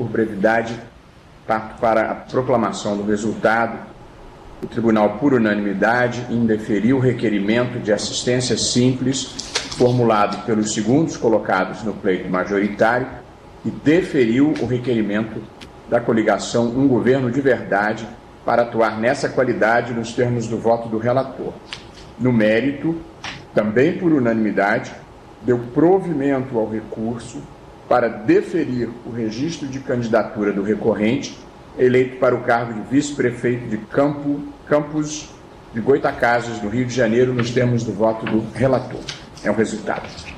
por brevidade, parto para a proclamação do resultado. O Tribunal, por unanimidade, indeferiu o requerimento de assistência simples formulado pelos segundos colocados no pleito majoritário e deferiu o requerimento da coligação Um Governo de Verdade para atuar nessa qualidade nos termos do voto do relator. No mérito, também por unanimidade, deu provimento ao recurso para deferir o registro de candidatura do recorrente, eleito para o cargo de vice-prefeito de Campos de Goytacazes, do Rio de Janeiro, nos termos do voto do relator. É o resultado.